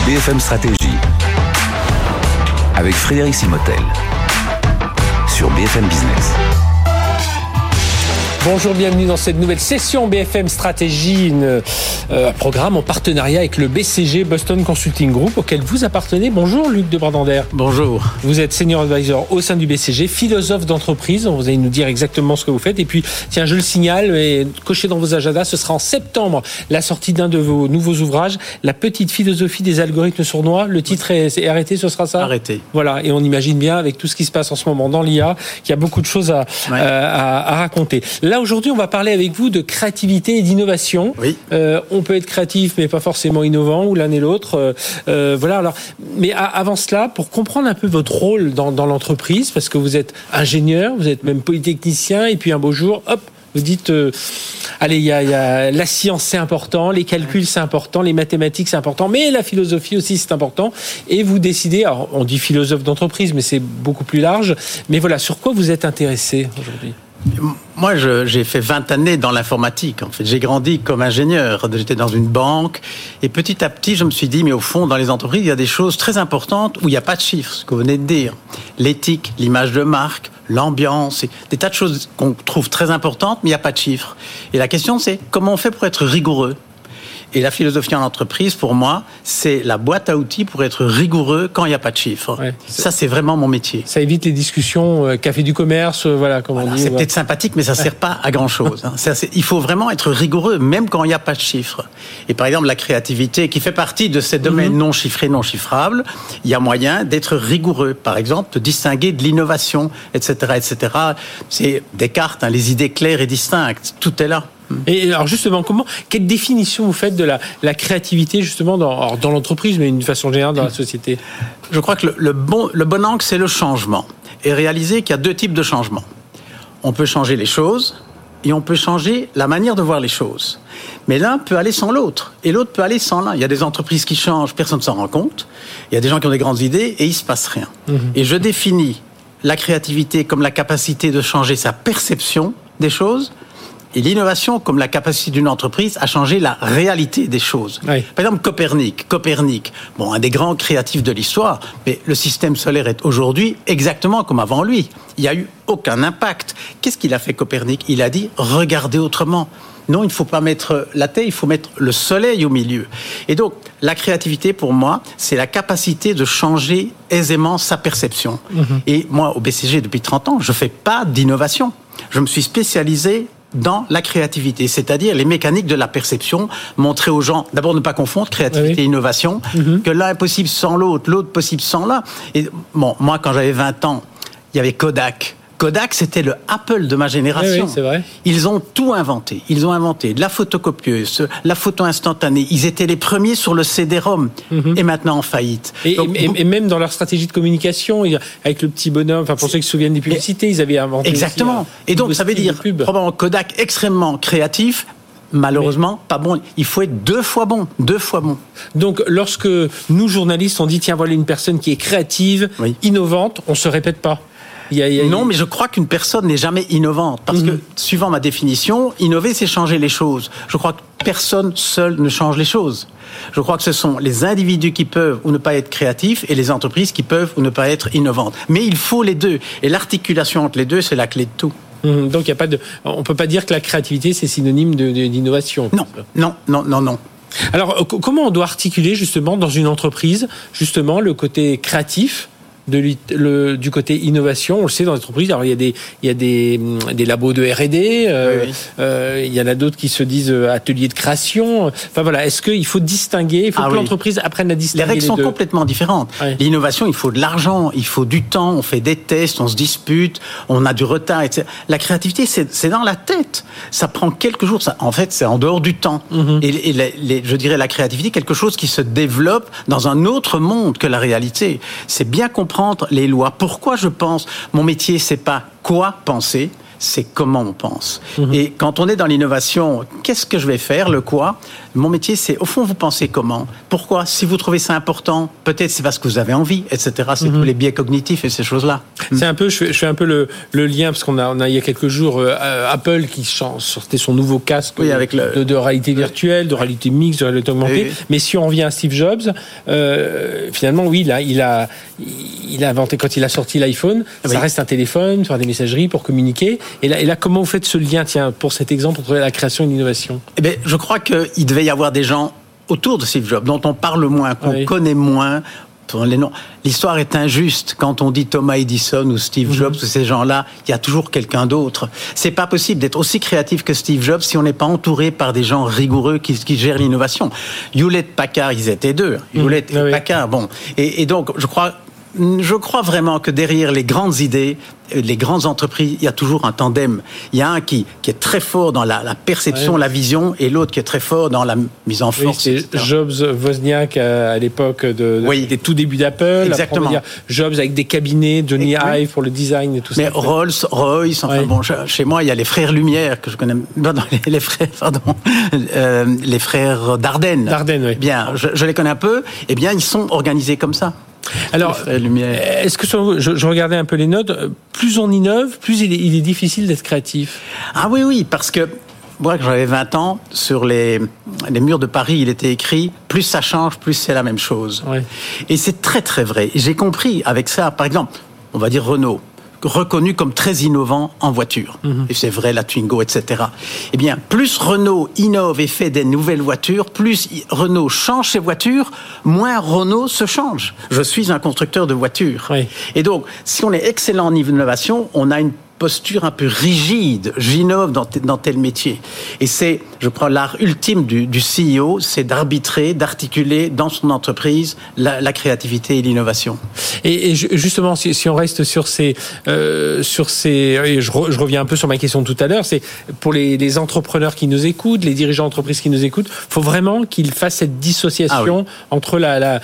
BFM Stratégie avec Frédéric Simotel sur BFM Business. Bonjour, bienvenue dans cette nouvelle session BFM Stratégie, un programme en partenariat avec le BCG, Boston Consulting Group, auquel vous appartenez. Bonjour Luc de Brandander. Bonjour. Vous êtes senior advisor au sein du BCG, philosophe d'entreprise. Vous allez nous dire exactement ce que vous faites. Et puis, tiens, je le signale, et cochez dans vos agendas, ce sera en septembre la sortie d'un de vos nouveaux ouvrages, La petite philosophie des algorithmes sournois. Le titre est arrêté, ce sera ça ? Arrêté. Voilà, et on imagine bien, avec tout ce qui se passe en ce moment dans l'IA, qu'il y a beaucoup de choses à raconter. Là, aujourd'hui, on va parler avec vous de créativité et d'innovation. Oui. On peut être créatif, mais pas forcément innovant, ou l'un et l'autre. Voilà. Alors, mais avant cela, pour comprendre un peu votre rôle dans l'entreprise, parce que vous êtes ingénieur, vous êtes même polytechnicien, et puis un beau jour, hop, vous dites, allez, il y a la science, c'est important, les calculs, c'est important, les mathématiques, c'est important, mais la philosophie aussi, c'est important. Et vous décidez, alors on dit philosophe d'entreprise, mais c'est beaucoup plus large. Mais voilà, sur quoi vous êtes intéressé aujourd'hui ? Moi, j'ai fait 20 années dans l'informatique. En fait, j'ai grandi comme ingénieur. J'étais dans une banque. Et petit à petit, je me suis dit, mais au fond, dans les entreprises, il y a des choses très importantes où il n'y a pas de chiffres, ce que vous venez de dire. L'éthique, l'image de marque, l'ambiance, des tas de choses qu'on trouve très importantes, mais il n'y a pas de chiffres. Et la question, c'est comment on fait pour être rigoureux ? Et la philosophie en entreprise, pour moi, c'est la boîte à outils pour être rigoureux quand il n'y a pas de chiffres. Ouais, ça, c'est vraiment mon métier. Ça évite les discussions café du commerce, voilà, comme on dit. C'est peut-être sympathique, mais ça ne sert pas à grand-chose. Il faut vraiment être rigoureux, même quand il n'y a pas de chiffres. Et par exemple, la créativité, qui fait partie de ces domaines non chiffrés, non chiffrables, il y a moyen d'être rigoureux. Par exemple, de distinguer de l'innovation, etc., etc. C'est Descartes, les idées claires et distinctes. Tout est là. Et alors justement, quelle définition vous faites de la créativité justement dans l'entreprise, mais d'une façon générale dans la société ? Je crois que le bon angle, c'est le changement. Et réaliser qu'il y a deux types de changements. On peut changer les choses et on peut changer la manière de voir les choses. Mais l'un peut aller sans l'autre et l'autre peut aller sans l'un. Il y a des entreprises qui changent, personne ne s'en rend compte. Il y a des gens qui ont des grandes idées et il ne se passe rien. Et je définis la créativité comme la capacité de changer sa perception des choses, et l'innovation comme la capacité d'une entreprise à changer la réalité des choses. Oui. Par exemple, Copernic, un des grands créatifs de l'histoire, mais le système solaire est aujourd'hui exactement comme avant lui. Il n'y a eu aucun impact. Qu'est-ce qu'il a fait, Copernic ? Il a dit « regardez autrement ». Non, il ne faut pas mettre la Terre, il faut mettre le soleil au milieu. Et donc, la créativité, pour moi, c'est la capacité de changer aisément sa perception. Et moi, au BCG, depuis 30 ans, je ne fais pas d'innovation. Je me suis spécialisé dans la créativité, c'est-à-dire les mécaniques de la perception, montrer aux gens, d'abord ne pas confondre créativité et innovation, que l'un est possible sans l'autre, l'autre possible sans l'un. Et bon, moi, quand j'avais 20 ans, il y avait Kodak. Kodak, c'était le Apple de ma génération. Oui, c'est vrai. Ils ont tout inventé. Ils ont inventé la photocopieuse, la photo instantanée. Ils étaient les premiers sur le CD-ROM et maintenant en faillite. Et même dans leur stratégie de communication, avec le petit bonhomme, enfin pour ceux qui se souviennent des publicités, ils avaient inventé. Exactement. Aussi, et donc, ça veut dire, probablement Kodak extrêmement créatif, malheureusement, pas bon. Il faut être deux fois bon. Donc, lorsque nous, journalistes, on dit, tiens, voilà une personne qui est créative, innovante, on se répète pas. Non, mais je crois qu'une personne n'est jamais innovante. Parce que, suivant ma définition, innover, c'est changer les choses. Je crois que personne seul ne change les choses. Je crois que ce sont les individus qui peuvent ou ne pas être créatifs et les entreprises qui peuvent ou ne pas être innovantes. Mais il faut les deux. Et l'articulation entre les deux, c'est la clé de tout. Donc, on ne peut pas dire que la créativité, c'est synonyme d'innovation. Non. Alors, comment on doit articuler, justement, dans une entreprise, justement, le côté créatif du côté innovation? On le sait dans les entreprises. Alors il y a des labos de R&D, il y en a d'autres qui se disent ateliers de création. Enfin voilà, est-ce qu'il faut distinguer, il faut que l'entreprise apprenne à distinguer les règles sont complètement différentes. L'innovation, il faut de l'argent, il faut du temps, on fait des tests, on se dispute, on a du retard, etc. La créativité, c'est dans la tête. Ça prend quelques jours. En fait, c'est en dehors du temps. Et je dirais la créativité, quelque chose qui se développe dans un autre monde que la réalité. C'est bien comprendre les lois. Pourquoi je pense? Mon métier, c'est pas quoi penser, c'est comment on pense. Et quand on est dans l'innovation, qu'est-ce que je vais faire, le quoi? Mon métier, c'est, au fond, vous pensez comment? Pourquoi? Si vous trouvez ça important, peut-être c'est parce que vous avez envie, etc. C'est tous les biais cognitifs et ces choses-là. C'est un peu, je fais un peu le lien, parce qu'on a il y a quelques jours, Apple qui sortait son nouveau casque avec de réalité virtuelle, de réalité mixte, de réalité augmentée. Oui. Mais si on revient à Steve Jobs, finalement, oui, là, il a inventé, quand il a sorti l'iPhone, ça reste un téléphone, faire des messageries pour communiquer. Et là, comment vous faites ce lien, tiens, pour cet exemple, entre la création et l'innovation? Eh bien, je crois qu'il devait y avoir des gens autour de Steve Jobs, dont on parle moins, qu'on connaît moins. Les noms. L'histoire est injuste quand on dit Thomas Edison ou Steve Jobs ou ces gens-là, il y a toujours quelqu'un d'autre. C'est pas possible d'être aussi créatif que Steve Jobs si on n'est pas entouré par des gens rigoureux qui gèrent l'innovation. Hewlett-Packard, ils étaient deux. Hewlett et Packard, bon. Et donc, je crois vraiment que derrière les grandes idées, les grandes entreprises, il y a toujours un tandem. Il y a un qui est très fort dans la perception, la vision, et l'autre qui est très fort dans la mise en force. C'est Jobs, Wozniak à l'époque des tout débuts d'Apple. Exactement. Après, Jobs avec des cabinets, Johnny Ive pour le design et tout ça. Mais Rolls-Royce, bon, chez moi, il y a les frères Lumière que je connais. Les frères Dardenne. Dardenne, oui. Bien, je les connais un peu. Eh bien, ils sont organisés comme ça. Alors, est-ce que je regardais un peu les notes, plus on innove, plus il est difficile d'être créatif? Ah oui, parce que moi, quand j'avais 20 ans, sur les murs de Paris, il était écrit « Plus ça change, plus c'est la même chose ». Et c'est très très vrai. Et j'ai compris avec ça, par exemple, on va dire Renault, reconnu comme très innovant en voiture. Et c'est vrai, la Twingo, etc. Eh bien, plus Renault innove et fait des nouvelles voitures, plus Renault change ses voitures, moins Renault se change. Je suis un constructeur de voitures. Et donc, si on est excellent en innovation, on a une posture un peu rigide. J'innove dans tel métier. Et c'est, je crois, l'art ultime du CEO, c'est d'arbitrer, d'articuler dans son entreprise la créativité et l'innovation. Et justement, si on reste sur ces, et je reviens un peu sur ma question de tout à l'heure, c'est pour les entrepreneurs qui nous écoutent, les dirigeants d'entreprise qui nous écoutent, faut vraiment qu'ils fassent cette dissociation entre alors,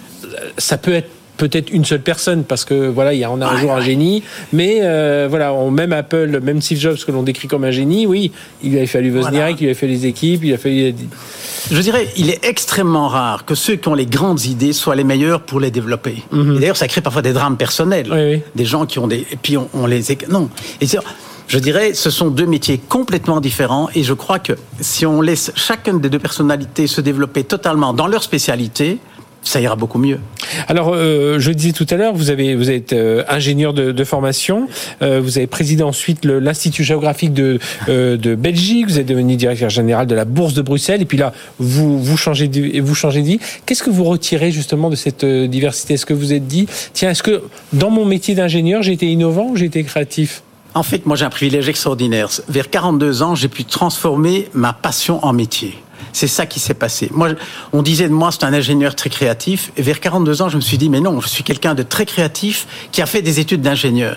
ça peut être peut-être une seule personne, parce que voilà, on a un jour un génie, mais voilà, même Apple, même Steve Jobs que l'on décrit comme un génie, oui, il a fallu Wozniak, il a fallu les équipes, il a fallu. Je dirais, il est extrêmement rare que ceux qui ont les grandes idées soient les meilleurs pour les développer. Et d'ailleurs, ça crée parfois des drames personnels, des gens qui ont et puis on les non. Et je dirais, ce sont deux métiers complètement différents, et je crois que si on laisse chacune des deux personnalités se développer totalement dans leur spécialité, ça ira beaucoup mieux. Alors, je disais tout à l'heure, vous êtes ingénieur de formation, vous avez présidé ensuite l'Institut géographique de Belgique, vous êtes devenu directeur général de la Bourse de Bruxelles, et puis là, vous changez de vie. Qu'est-ce que vous retirez justement de cette diversité? Est-ce que vous êtes dit, tiens, est-ce que dans mon métier d'ingénieur, j'ai été innovant ou j'ai été créatif? En fait, moi, j'ai un privilège extraordinaire. Vers 42 ans, j'ai pu transformer ma passion en métier. C'est ça qui s'est passé. Moi, on disait de moi, c'est un ingénieur très créatif. Et vers 42 ans, je me suis dit, mais non, je suis quelqu'un de très créatif qui a fait des études d'ingénieur.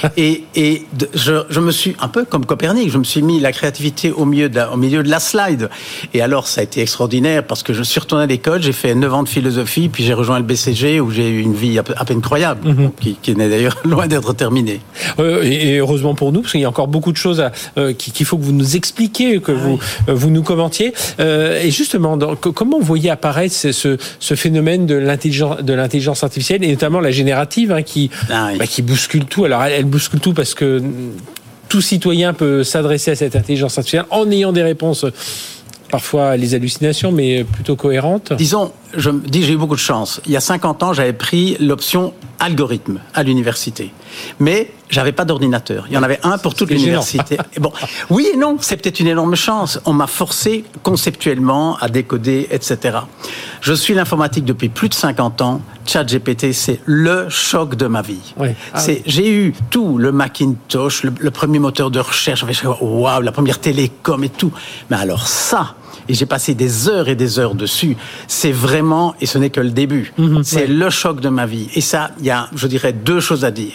Je me suis, un peu comme Copernic, je me suis mis la créativité au milieu de la slide. Et alors, ça a été extraordinaire parce que je suis retourné à l'école, j'ai fait 9 ans de philosophie, puis j'ai rejoint le BCG où j'ai eu une vie à peine croyable, qui n'est d'ailleurs loin d'être terminée. Et heureusement pour nous, parce qu'il y a encore beaucoup de choses qu'il faut que vous nous expliquiez, que vous nous commentiez. Et justement, comment vous voyez apparaître ce phénomène de l'intelligence artificielle, et notamment la générative, qui bouscule tout. Alors, elle bouscule tout parce que tout citoyen peut s'adresser à cette intelligence artificielle en ayant des réponses, parfois les hallucinations, mais plutôt cohérentes. Disons, j'ai eu beaucoup de chance. Il y a 50 ans, j'avais pris l'option algorithme à l'université. Mais j'avais pas d'ordinateur. Il y en avait un pour toute l'université. Bon, oui et non, c'est peut-être une énorme chance. On m'a forcé conceptuellement à décoder, etc. Je suis l'informatique depuis plus de 50 ans. ChatGPT, c'est le choc de ma vie. J'ai eu tout, le Macintosh, le premier moteur de recherche, waouh, la première télécom et tout. Mais alors ça, et j'ai passé des heures et des heures dessus. C'est vraiment, et ce n'est que le début, c'est le choc de ma vie. Et ça, il y a, je dirais, deux choses à dire.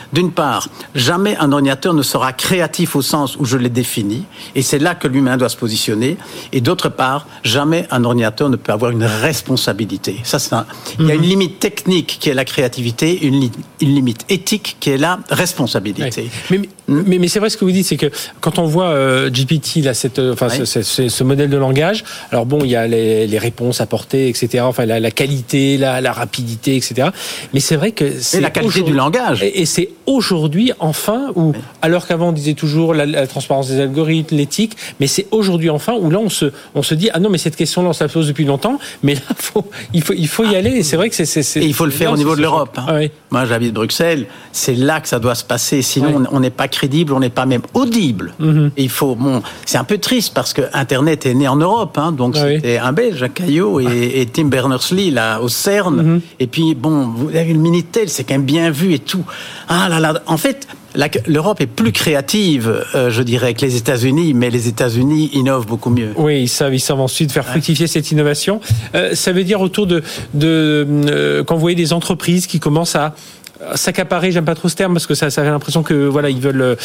d'une part, jamais un ordinateur ne sera créatif au sens où je l'ai défini, et c'est là que l'humain doit se positionner. Et d'autre part, jamais un ordinateur ne peut avoir une responsabilité. Ça, il y a une limite technique qui est la créativité, une limite éthique qui est la responsabilité. Ouais. Mais c'est vrai ce que vous dites, c'est que quand on voit GPT, là, ce modèle de langage, alors bon, il y a les réponses apportées, etc. Enfin, la qualité, la rapidité, etc. Mais c'est vrai que c'est la qualité du langage. Et c'est aujourd'hui, enfin, où, alors qu'avant on disait toujours la transparence des algorithmes, l'éthique, mais c'est aujourd'hui, enfin, où là on se dit, ah non, mais cette question-là, on se la pose depuis longtemps, mais là, il faut y aller. Et c'est vrai que c'est et il faut le faire au niveau de l'Europe. Hein. Oui. Moi, j'habite Bruxelles. C'est là que ça doit se passer. Sinon, on n'est pas crédible, on n'est pas même audible. Et il faut. Bon, c'est un peu triste parce que Internet est né en Europe. Hein, donc c'était un Belge, un Caillot, et Tim Berners-Lee là au CERN. Et puis bon, vous avez le Minitel, c'est quand même bien vu et tout. Ah là là. En fait, l'Europe est plus créative, je dirais, que les États-Unis, mais les États-Unis innovent beaucoup mieux. Oui, ils savent ensuite faire fructifier cette innovation. Ça veut dire autour de quand vous voyez des entreprises qui commencent à s'accaparer, j'aime pas trop ce terme parce que ça a l'impression que voilà, ils veulent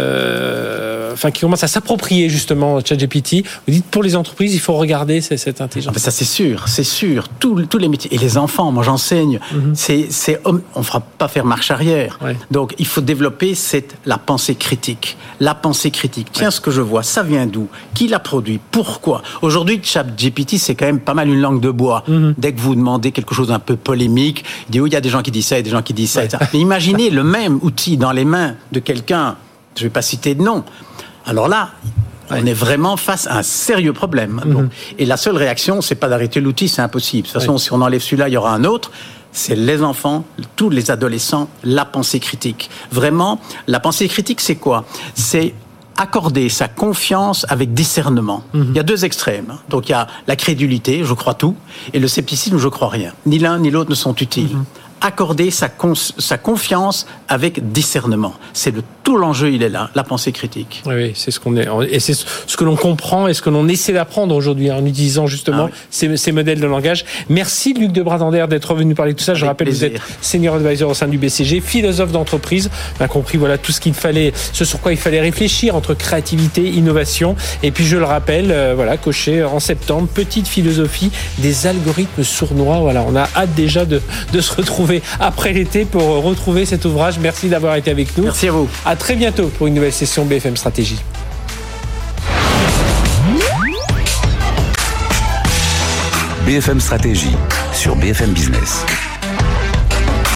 qui commencent à s'approprier justement ChatGPT. Vous dites pour les entreprises, il faut regarder cette intelligence. Ça c'est sûr, tous les métiers et les enfants, moi j'enseigne, on fera pas faire marche arrière. Ouais. Donc il faut développer la pensée critique. La pensée critique. Tiens, ce que je vois, ça vient d'où? Qui l'a produit? Pourquoi? Aujourd'hui, ChatGPT, c'est quand même pas mal une langue de bois. Dès que vous demandez quelque chose d'un peu polémique, il dit il y a des gens qui disent ça et des gens qui disent ça. Mais imaginez le même outil dans les mains de quelqu'un, je ne vais pas citer de nom. Alors là, on est vraiment face à un sérieux problème. Donc, et la seule réaction, c'est pas d'arrêter l'outil, c'est impossible. De toute façon, si on enlève celui-là, il y aura un autre. C'est les enfants, tous les adolescents, la pensée critique. Vraiment, la pensée critique, c'est quoi? C'est accorder sa confiance avec discernement. Il y a deux extrêmes. Donc il y a la crédulité, je crois tout, et le scepticisme, je crois rien. Ni l'un ni l'autre ne sont utiles. Accorder sa confiance avec discernement. C'est tout l'enjeu, il est là, la pensée critique. Oui, c'est ce qu'on est, et c'est ce que l'on comprend et ce que l'on essaie d'apprendre aujourd'hui en utilisant justement ces modèles de langage. Merci Luc de Brabander d'être venu parler de tout ça. Je rappelle, vous êtes senior advisor au sein du BCG, philosophe d'entreprise. On a compris tout ce qu'il fallait, ce sur quoi il fallait réfléchir entre créativité, innovation. Et puis je le rappelle, coché en septembre, petite philosophie des algorithmes sournois. Voilà, on a hâte déjà de se retrouver après l'été pour retrouver cet ouvrage. Merci d'avoir été avec nous. Merci à vous. À très bientôt pour une nouvelle session BFM Stratégie. BFM Stratégie sur BFM Business.